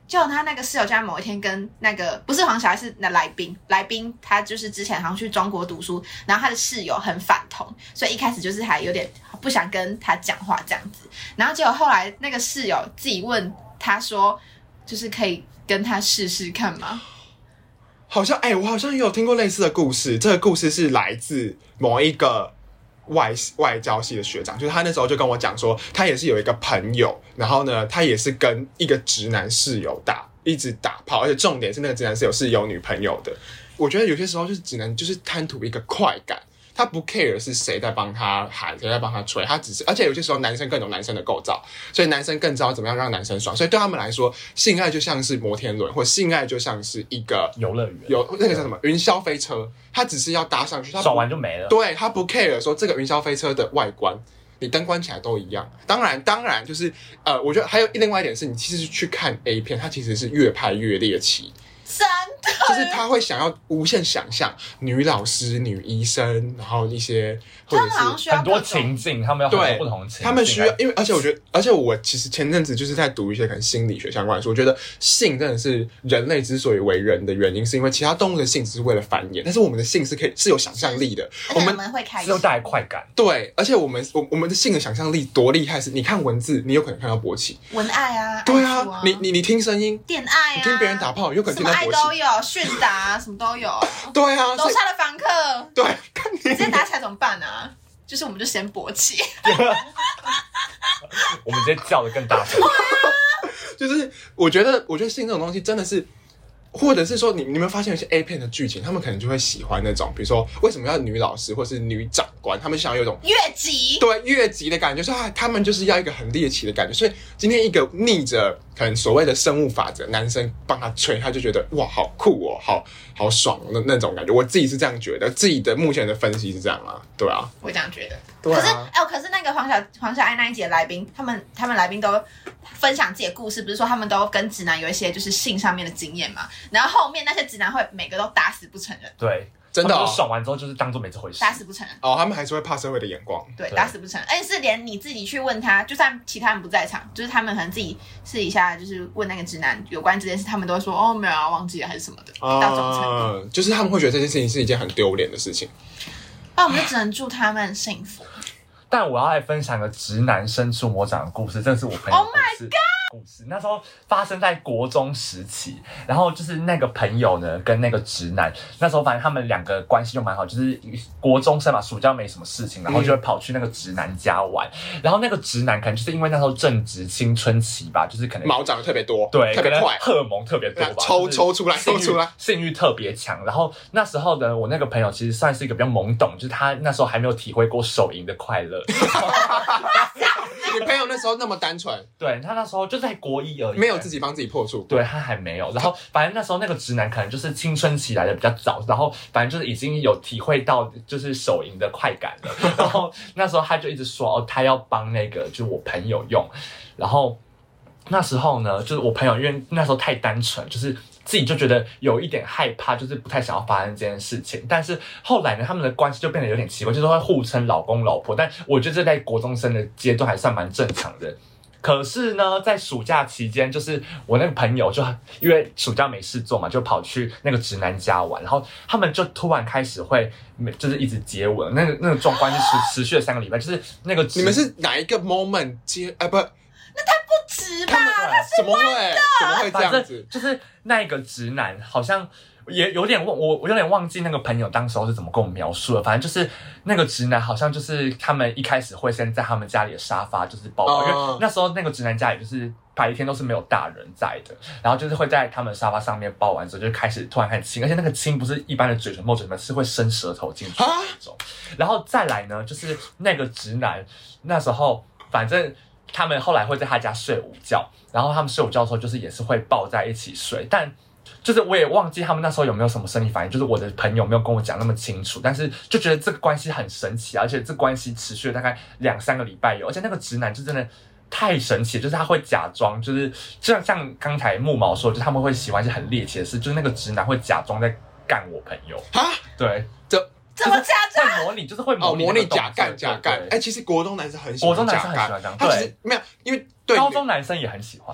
结果他那个室友家某一天跟那个不是黄小孩是那来宾他就是之前好像去中国读书，然后他的室友很反同，所以一开始就是还有点不想跟他讲话这样子，然后结果后来那个室友自己问他说，就是可以跟他试试看吗？ 好像我好像也有听过类似的故事，这个故事是来自某一个外交系的学长，就是他那时候就跟我讲说，他也是有一个朋友，然后呢，他也是跟一个直男室友一直打炮，而且重点是那个直男室友是有女朋友的。我觉得有些时候就是直男就是贪图一个快感，他不 care 是谁在帮他喊，谁在帮他吹，他只是，而且有些时候男生更懂男生的构造，所以男生更知道怎么样让男生爽，所以对他们来说，性爱就像是摩天轮，或性爱就像是一个游乐园， 有那个叫什么云霄飞车，他只是要搭上去，他爽完就没了。 对，他不 care 说这个云霄飞车的外观。你灯关起来都一样，当然就是我觉得还有另外一点是，你其实去看 A 片，它其实是越拍越猎奇， 真的， 就是他会想要无限想象女老师、女医生，然后一些或者是很多情境，他们有很多不同的情境， 他们需要，因为而且我其实前阵子就是在读一些可能心理学相关的书，我觉得性真的是人类之所以为人的原因，是因为其他动物的性只是为了繁衍，但是我们的性是有想象力的， 我们会开心， 是带来快感， 对，而且我们的性的想象力多厉害，是你看文字，你有可能看到勃起， 文爱啊， 对啊，你听声音， 恋爱啊， 你听别人打炮，有可能听到勃起， 什么爱都有，训打什么都有， 对啊， 楼下的房客， 对， 直接打起来怎么办啊？就是我们就先勃起， 我们直接叫得更大声。 就是我觉得性这种东西真的是，或者是说你们发现有些 A 片的剧情，他们可能就会喜欢那种，比如说为什么要女老师或是女长官，他们想要有一种越级， 对越级的感觉，说他们就是要一个很猎奇的感觉，所以今天一个逆着可能所谓的生物法则，男生帮他吹，他就觉得哇好酷哦，好爽的那种感觉。我自己是这样觉得，自己的目前的分析是这样啦，对啊， 我这样觉得。 对啊， 可是那个黄小爱那一集的来宾，他们来宾都分享自己的故事，不是说他们都跟直男有一些就是性上面的经验嘛？然后后面那些直男会每个都打死不承认， 对， 真的爽完之后就是当做没这回事， 打死不承认。 他们还是会怕社会的眼光， 对，打死不承认，而且是连你自己去问他，就算其他人不在场，就是他们可能自己私底下就是问那个直男有关这件事，他们都会说没有啊，忘记了还是什么的，到这种程度， 就是他们会觉得这件事情是一件很丢脸的事情。 那我们就只能祝他们幸福。 但我要来分享个直男伸出魔掌的故事，这是我朋友的故事。那时候发生在国中时期，然后就是那个朋友呢跟那个直男，那时候反正他们两个关系就蛮好，就是国中生嘛，暑假没什么事情，然后就会跑去那个直男家玩。然后那个直男可能就是因为那时候正值青春期吧，就是可能毛长得特别多， 对， 特别快， 荷尔蒙特别多吧， 抽出来， 性欲特别强。然后那时候呢，我那个朋友其实算是一个比较懵懂，就是他那时候还没有体会过手淫的快乐。 你朋友那时候那么单纯， 对，他那时候就在国一而已， 没有自己帮自己破处， 对，他还没有。然后反正那时候那个直男可能就是青春期来的比较早，然后反正就是已经有体会到就是手淫的快感了。然后那时候他就一直说他要帮那个就是我朋友用。然后那时候呢，就是我朋友因为那时候太单纯，就是自己就觉得有一点害怕，就是不太想要发生这件事情。但是后来呢，他们的关系就变得有点奇怪，就是会互称老公老婆。但我觉得这在国中生的阶段还算蛮正常的。可是呢，在暑假期间，就是我那个朋友就因为暑假没事做嘛，就跑去那个直男家玩，然后他们就突然开始会就是一直接吻，那个状关系持续了3个礼拜，就是那个你们是哪一个 moment 接不？ 那太不值吧？ 怎么会这样子？ 就是那个直男好像也有点我有点忘记那个朋友当时候是怎么跟我描述的，反正就是那个直男好像就是他们一开始会先在他们家里的沙发就是抱抱，因为那时候那个直男家里就是白天都是没有大人在的，然后就是会在他们沙发上面抱完之后就突然开始亲，而且那个亲不是一般的嘴唇碰嘴唇，是会伸舌头进去的那种。然后再来呢，就是那个直男那时候反正他们后来会在他家睡午觉，然后他们睡午觉的时候就是也是会抱在一起睡，但就是我也忘记他们那时候有没有什么生理反应，就是我的朋友没有跟我讲那么清楚，但是就觉得这个关系很神奇，而且这关系持续了大概2-3个礼拜有，而且那个直男就真的太神奇，就是他会假装，就是像刚才木毛说，就是他们会喜欢一些很猎奇的事，就是那个直男会假装在干我朋友啊，对， 怎么假装？ 会模拟，就是会模拟假干。其实国中男生很喜欢假干， 国中男生很喜欢这样， 他其实没有，因为对高中男生也很喜欢。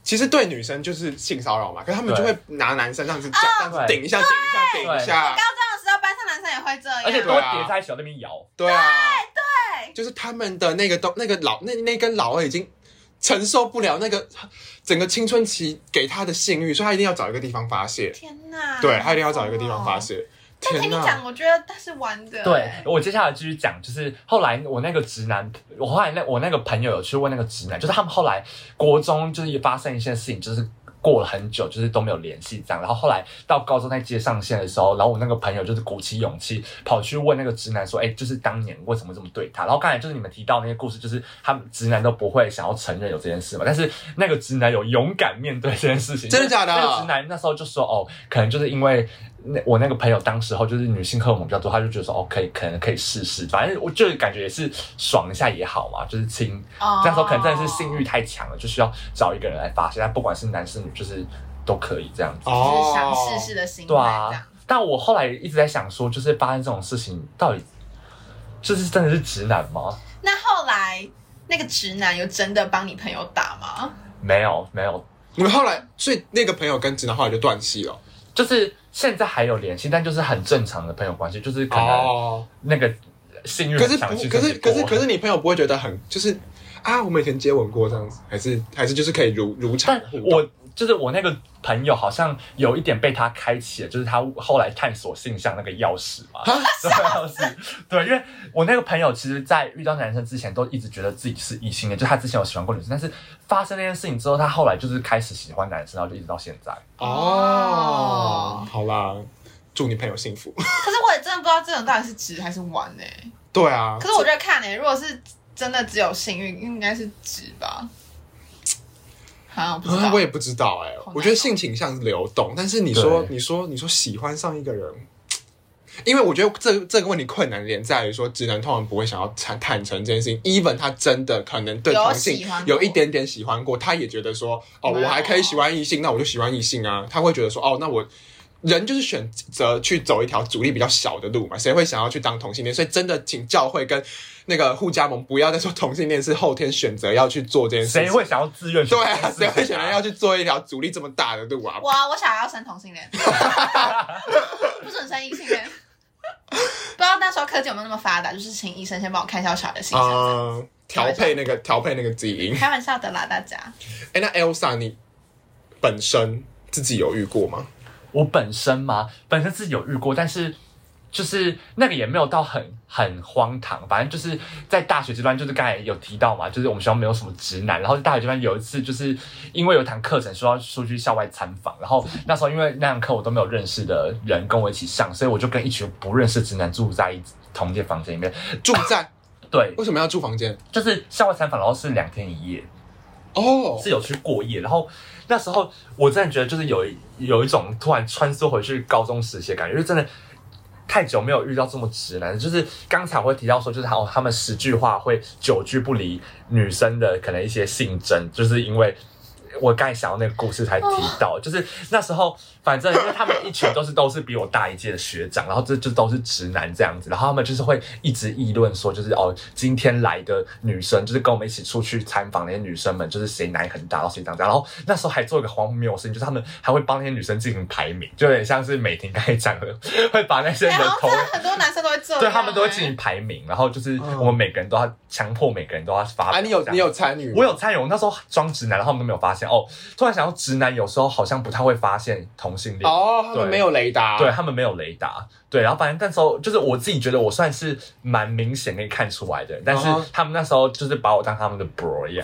其实对女生就是性骚扰嘛，可是他们就会拿男生这样子这样子顶一下，顶一下，顶一我下。 高中的时候，班上男生也会这样， 而且都会叠在一起，在那边摇。 对啊， 对， 就是他们的那个那根老二已经承受不了那个整个青春期给他的性欲，所以他一定要找一个地方发泄。 天哪！ 对，他一定要找一个地方发泄。 但听你讲，我觉得他是玩的。 对，我接下来继续讲，就是后来我那个直男，我那个朋友有去问那个直男，就是他们后来国中就是发生一些事情，就是过了很久，就是都没有联系这样。然后后来到高中在接上线的时候，然后我那个朋友就是鼓起勇气跑去问那个直男说：“就是当年为什么这么对他？”然后刚才就是你们提到那些故事，就是他们直男都不会想要承认有这件事嘛，但是那个直男有勇敢面对这件事情。 真的假的？ 那个直男那时候就说：“可能就是因为。”我那个朋友当时候就是女性荷尔蒙比较多，他就觉得说可能可以试试，反正我就感觉也是爽一下也好嘛，就是亲。那时候可能真的是性欲太强了，就需要找一个人来发泄，但不管是男是女，就是都可以这样子。 就是想试试的心态。 对啊，但我后来一直在想说，就是发生这种事情，到底就是真的是直男吗？ 那后来那个直男有真的帮你朋友打吗？ 没有。 你们后来，所以那个朋友跟直男后来就断系了。 就是现在还有联系，但就是很正常的朋友关系，就是可能那个性欲很强。 可是你朋友不会觉得很就是啊，我们以前接吻过这样子，还是就是可以如常互动。 我那个朋友好像有一点被他开启了，就是他后来探索性向那个钥匙嘛，钥匙。对，因为我那个朋友其实在遇到男生之前都一直觉得自己是异性恋，就他之前有喜欢过女生，但是发生那件事情之后，他后来就是开始喜欢男生，然后就一直到现在。 好啦，祝你朋友幸福。 可是我也真的不知道这种到底是直还是玩对啊。 可是我觉得看如果是真的只有性欲，应该是直吧。我不知道， 我也不知道我觉得性倾向是流动，但是你说喜欢上一个人，因为我觉得这个问题困难点在于说，直男通常不会想要坦诚这件事情 ，even 他真的可能对同性有一点点喜欢过，他也觉得说我还可以喜欢异性，那我就喜欢异性啊，他会觉得说那我。人就是选择去走一条阻力比较小的路嘛，谁会想要去当同性恋？所以真的，请教会跟那个互加盟不要再说同性恋是后天选择要去做这件事情。 谁会想要自愿？ 对啊，谁会想要去做一条阻力这么大的路啊？ 我想要生同性恋，不准生异性恋。不知道那时候科技有没有那么发达，就是请医生先帮我看一下我小孩的性向， 调配那个基因。 开玩笑的啦，大家。 那 Elsa 你本身自己有遇过吗？ 我本身自己有遇过，但是就是那个也没有到很荒唐，反正就是在大学阶段，就是刚才有提到嘛，就是我们学校没有什么直男，然后大学阶段有一次就是因为有一堂课程说要出去校外参访，然后那时候因为那堂课我都没有认识的人跟我一起上，所以我就跟一群不认识直男住在同一间房间里面。 住在对， 为什么要住房间？ 就是校外参访，然后是2天1夜。是有去过夜，然后那时候我真的觉得就是有一种突然穿梭回去高中时期的感觉，因为真的太久没有遇到这么直男。就是刚才我会提到说，就是他们10句话会9句不离女生的可能一些性征，就是因为我刚才想到那个故事才提到，就是那时候反正因为他们一群都是比我大一届的学长，然后这就都是直男这样子，然后他们就是会一直议论说，就是今天来的女生就是跟我们一起出去参访那些女生们，就是谁奶很大，然后谁长这样，然后那时候还做一个荒谬的事情，就是他们还会帮那些女生进行排名，就有点像是美婷刚才讲的，会把那些人的头， 很多男生都会做， 对他们都会进行排名，然后就是我们每个人都要强迫每个人都要发表。 你有参与？ 我有参与，我那时候装直男，然后他们都没有发现。突然想到直男有时候好像不太会发现同性恋他们没有雷达， 对他们没有雷达，对，然后反正那时候就是我自己觉得我算是蛮明显可以看出来的，但是他们那时候就是把我当他们的 bro 一样。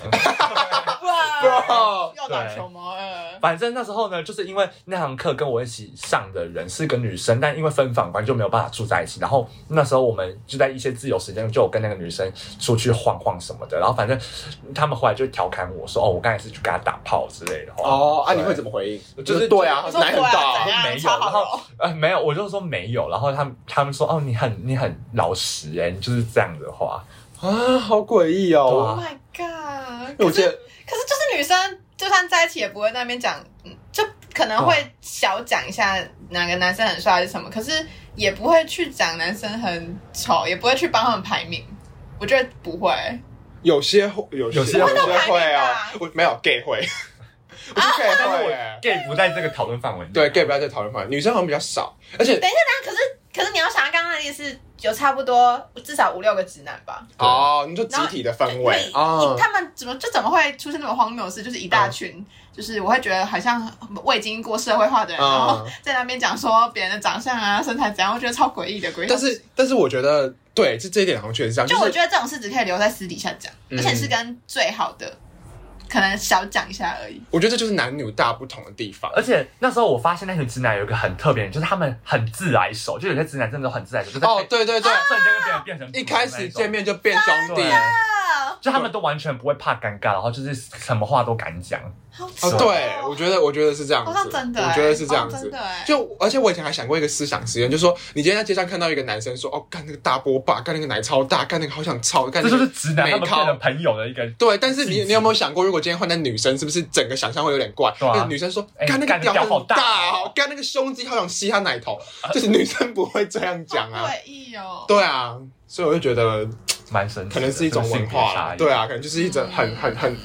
哇，要打球吗？ 反正那时候呢，就是因为那堂课跟我一起上的人是个女生，但因为分房班就没有办法住在一起。然后那时候我们就在一些自由时间，就有跟那个女生出去晃晃什么的。然后反正他们后来就调侃我说：“我刚才是去跟她打炮之类的话。” 你会怎么回应？ 就是对啊，奶很大， 没有，然后没有，我就说没有。然后他们说：“你很老实你就是这样的话好诡异 Oh my god！ 可是就是女生就算在一起也不会在那边讲，就可能会小讲一下哪个男生很帅还是什么，可是也不会去讲男生很丑，也不会去帮他们排名。我觉得不会， 有些会啊，我没有 gay 会。 我觉得 gay 但是我会耶， gay 不在这个讨论范围内。 对 gay 不在这讨论范围，女生好像比较少，而且等一下，可是你要想，刚刚的意思有差不多至少5-6个直男吧？ 哦，你说集体的氛围对， 哦， 他们怎么会出现那么荒谬的事？就是一大群，就是我会觉得好像未经过社会化的人，然后在那边讲说别人的长相啊、身材怎样，我觉得超诡异的。 但是我觉得对，这一点好像确实这样。 就我觉得这种事只可以留在私底下讲，而且是跟最好的。可能小讲一下而已。 我觉得这就是男女大不同的地方。 而且那时候我发现那群直男有一个很特别，就是他们很自来熟，就有些直男真的都很自来熟，就是对对对， 瞬间跟别人变成一开始见面就变兄弟， 就他们都完全不会怕尴尬，然后就是什么话都敢讲。 对，我觉得是这样子， 真的， 我觉得是这样子。 就而且我以前还想过一个思想实验，就是说你今天在街上看到一个男生说，干那个大波霸，干那个奶超大，干那个好想操，干这就是直男他们变成朋友的一个。 对，但是你有没有想过，如果今天换在女生，是不是整个想象会有点怪？那个女生说，干那个屌很大，干那个胸肌好想吸他奶头，就是女生不会这样讲啊。 诡异哦。 对啊，所以我就觉得蛮神奇， 可能是一种文化啦。对啊，可能就是一种很。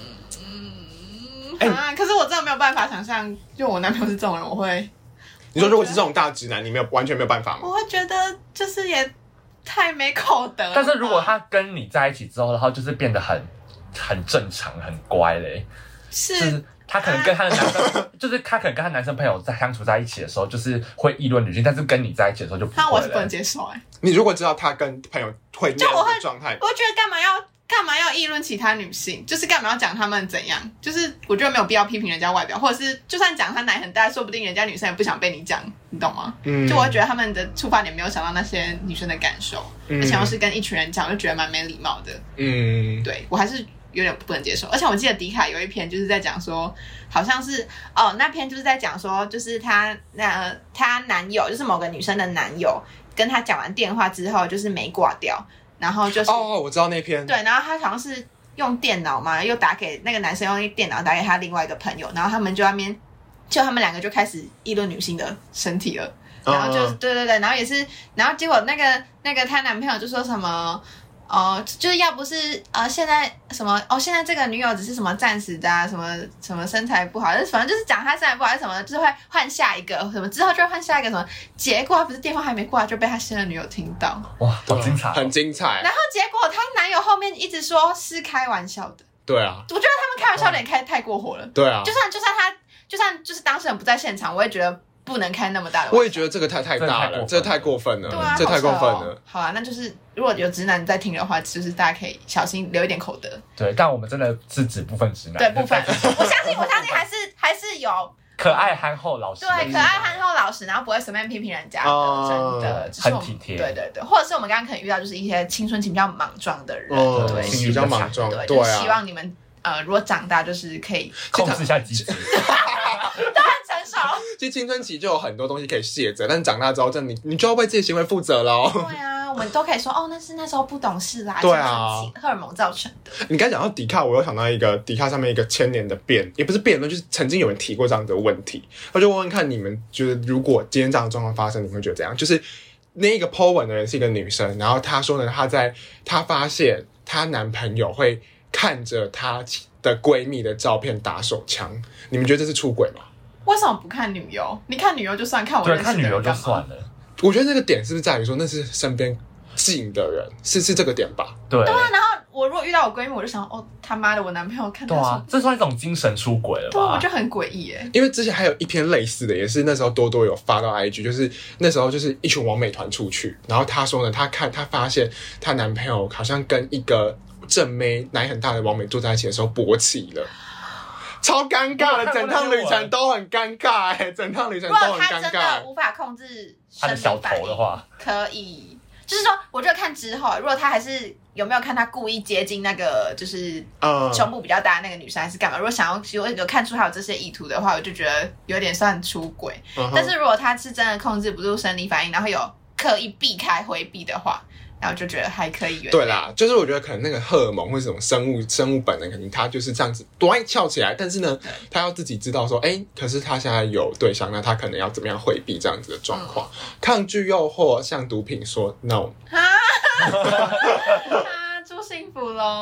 可是我真的没有办法想象，就我男朋友是这种人，我会。 你说如果是这种大直男，你完全没有办法吗？ 我会觉得就是也太没口德了。 但是如果他跟你在一起之后，然后就是变得很正常、很乖嘞，就是他可能跟他的男生，就是他可能跟他男生朋友在相处在一起的时候，就是会议论女性，但是跟你在一起的时候就不会了。 我是不能接受你如果知道他跟朋友会那样的状态， 我觉得干嘛要议论其他女性？就是干嘛要讲她们怎样？就是我觉得没有必要批评人家外表，或者是就算讲她奶很大，说不定人家女生也不想被你讲，你懂吗？就我会觉得他们的出发点没有想到那些女生的感受，而且又是跟一群人讲，我就觉得蛮没礼貌的。对我还是有点不能接受。而且我记得迪卡有一篇就是在讲说，好像是那篇就是在讲说，就是她男友，就是某个女生的男友，跟她讲完电话之后，就是没挂掉。然后就是我知道那篇。 对，然后他好像是用电脑嘛，又打给那个男生用电脑打给他另外一个朋友，然后他们就他们两个就开始议论女性的身体了，然后就对，然后也是，然后结果那个她男朋友就说什么。就是要不是现在什么现在这个女友只是什么暂时的什么身材不好，反正就是讲她身材不好，什么就是会换下一个，什么之后就会换下一个什么，结果不是电话还没挂就被他新的女友听到， 哇，好精彩， 很精彩。 然后结果她男友后面一直说是开玩笑的， 对啊， 我觉得他们开玩笑有点太过火了， 对啊， 就算就是当事人不在现场，我也觉得。不能开那么大的玩笑， 我也觉得这个太大了，这太过分了， 对啊， 这太过分了。 好啊，那就是如果有直男在听的话，就是大家可以小心留一点口德。 对，但我们真的是指部分直男， 对部分，我相信还是有可爱憨厚老实， 对，可爱憨厚老实，然后不会随便批评人家的，真的， 很体贴。 对，或者是我们刚刚可能遇到就是一些青春期比较莽撞的人， 对，比较莽撞， 对，就希望你们如果长大就是可以控制一下机制。 都很成熟。 其实青春期就有很多东西可以卸责，但是长大之后，真的你就要为自己行为负责喽。 对啊，我们都可以说那是那时候不懂事啦， 对啊， 荷尔蒙造成的。 你刚才讲到迪卡，我又想到一个迪卡上面一个1000年的也不是辩论，就是曾经有人提过这样的问题。我就问问看，你们觉得如果今天这样的状况发生，你们会觉得怎样？就是那个 po 文的人是一个女生，然后她说呢，她发现她男朋友会看着她的闺蜜的照片打手枪，你们觉得这是出轨吗？ 为什么不看女优？你看女优就算，看我认识的人对，看女优就算了。 我觉得那个点是不是在于说那是身边近的人，是这个点吧？ 对啊，然后我如果遇到我闺蜜，我就想他妈的，我男朋友看到对啊，这算一种精神出轨了吧？ 对，我觉得很诡异耶。 因为之前还有一篇类似的，也是那时候多多有发到 IG， 就是那时候就是一群网美团出去，然后她说呢，她发现她男朋友好像跟一个正妹奶很大的网美坐在一起的时候勃起了。超尴尬的，整趟旅程都很尴尬整趟旅程都很尴尬。如果他真的无法控制他的小头的话， 可以，就是说，我觉得看之后，如果他还是有没有看他故意接近那个就是胸部比较大的那个女生，还是干嘛？如果想要有看出他有这些意图的话，我就觉得有点算出轨。但是如果他是真的控制不住生理反应，然后有刻意避开回避的话。然后就觉得还可以原谅。 对啦，就是我觉得可能那个荷尔蒙或者什么生物本能，可能他就是这样子端翘起来，但是呢，他要自己知道说，可是他现在有对象，那他可能要怎么样回避这样子的状况，抗拒诱惑，向毒品说 no。 祝幸福咯。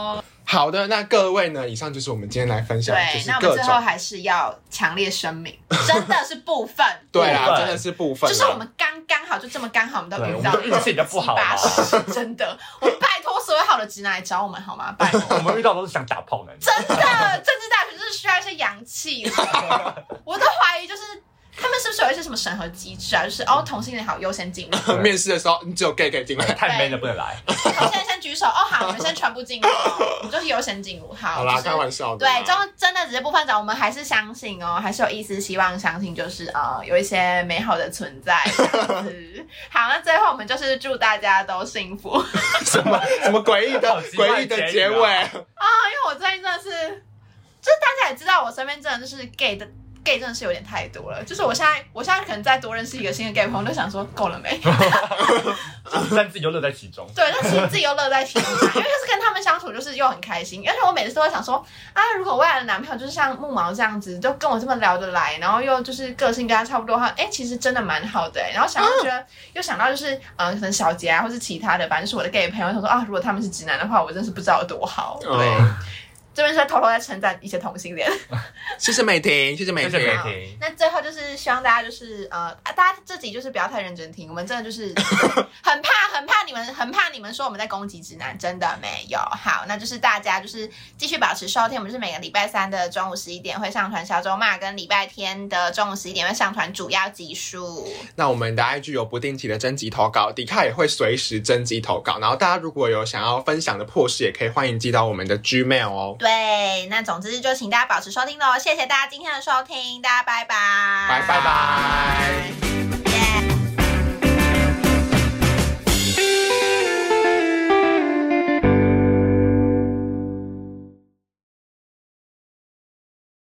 好的，那各位呢，以上就是我们今天来分享的，就对，那我是各种。 们最后还是要强烈声明，真的是部分， 对啦， 部分真的是部分啦， 就是我们刚好就这么刚好，我们都对遇到我们的运气比较不好嘛 80%真的，我拜托所有好的直男来找我们好吗？拜托。 我们遇到都是想打炮男， 真的，政治大学就是需要一些阳气了。我都怀疑，就是他们是不是有一些什么审核机制啊？就是同性恋好优先进入， 面试的时候，你只有 gay 可以进来。 太 man 的不能来。 同性恋先举手，好，你们先全部进入，你就是优先进入。好啦， 就是开玩笑的啦。 对，真的只是部分长，我们还是相信还是有一丝希望，相信就是有一些美好的存在这样子。好，那最后我们就是祝大家都幸福。 什么诡异的好奇怪的结结语尾？ 因为我最近真的是，就是大家也知道，我身边真的就是 gay 真的是有点太多了。就是我现在可能再多认识一个新的 gay 朋友，就想说够了没？ 但自己又乐在其中。 对，但其实自己又乐在其中，因为就是跟他们相处，就是又很开心。而且我每次都会想说，如果未来的男朋友就是像木毛这样子，就跟我这么聊得来，然后又就是个性跟他差不多的话，其实真的蛮好的。然后又想到就是可能小杰啊，或是其他的，反正就是我的 gay 朋友，想说如果他们是直男的话，我真是不知道有多好。对。这边是偷偷在称赞一些同性恋， 谢谢美婷，谢谢美婷。 谢谢美婷。 那最后就是希望大家就是大家这集就是不要太认真听，我们真的就是很怕你们说我们在攻击直男，真的没有。好，那就是大家就是继续保持收听，我们就是每个礼拜三的中午11点会上传小周骂，跟礼拜天的中午11点会上传主要集数。 那我们的 IG 有不定期的征集投稿，迪卡也会随时征集投稿，然后大家如果有想要分享的破事，也可以欢迎寄到我们的 Gmail 哦。 对，那总之就请大家保持收听咯，谢谢大家今天的收听，大家拜拜， 拜拜。